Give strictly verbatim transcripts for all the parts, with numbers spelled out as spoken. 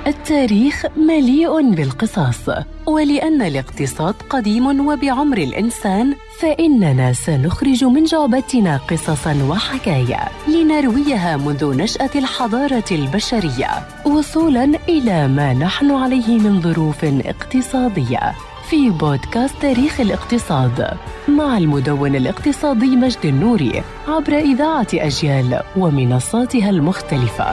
التاريخ مليء بالقصص، ولأن الاقتصاد قديم وبعمر الإنسان، فإننا سنخرج من جعبتنا قصصاً وحكايا لنرويها منذ نشأة الحضارة البشرية وصولاً إلى ما نحن عليه من ظروف اقتصادية، في بودكاست تاريخ الاقتصاد مع المدون الاقتصادي مجد النوري عبر إذاعة أجيال ومنصاتها المختلفة.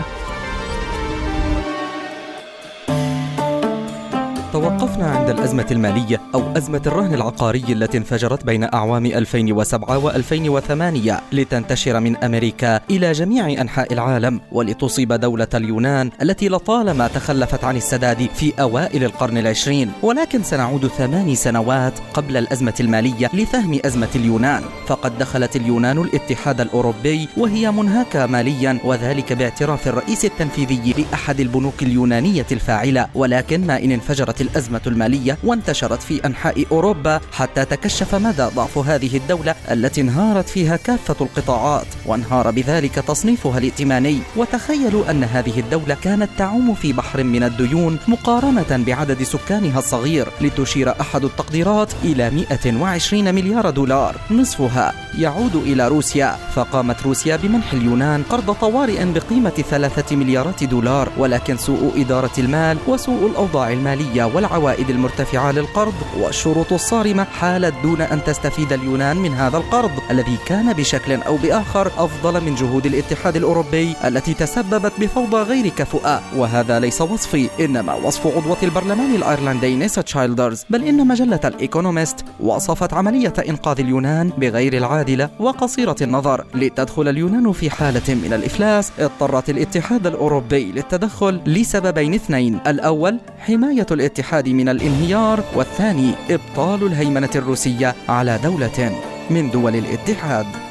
توقفنا عند الأزمة المالية أو أزمة الرهن العقاري التي انفجرت بين أعوام ألفين وسبعة وألفين وثمانية لتنتشر من أمريكا إلى جميع أنحاء العالم ولتصيب دولة اليونان التي لطالما تخلفت عن السداد في أوائل القرن العشرين. ولكن سنعود ثماني سنوات قبل الأزمة المالية لفهم أزمة اليونان، فقد دخلت اليونان الاتحاد الأوروبي وهي منهكة ماليا، وذلك باعتراف الرئيس التنفيذي لأحد البنوك اليونانية الفاعلة. ولكن ما إن انفجرت الأزمة المالية وانتشرت في أنحاء أوروبا حتى تكشف مدى ضعف هذه الدولة التي انهارت فيها كافة القطاعات وانهار بذلك تصنيفها الائتماني. وتخيلوا أن هذه الدولة كانت تعوم في بحر من الديون مقارنة بعدد سكانها الصغير، لتشير أحد التقديرات إلى مئة وعشرين مليار دولار، نصفها يعود إلى روسيا. فقامت روسيا بمنح اليونان قرض طوارئ بقيمة ثلاثة مليارات دولار، ولكن سوء إدارة المال وسوء الأوضاع المالية والعوائد المرتفعة للقرض والشروط الصارمة حالت دون أن تستفيد اليونان من هذا القرض الذي كان بشكل أو بآخر أفضل من جهود الاتحاد الأوروبي التي تسببت بفوضى غير كفؤة. وهذا ليس وصفي، إنما وصف عضوة البرلمان الأيرلندي نيسا تشايلدرز، بل إن مجلة الإيكونومست وصفت عملية إنقاذ اليونان بغير العادلة وقصيرة النظر. لتدخل اليونان في حالة من الإفلاس، اضطرت الاتحاد الأوروبي للتدخل لسببين اثنين: الأول حماية الاتحاد من الانهيار، والثاني إبطال الهيمنة الروسية على دولة من دول الاتحاد.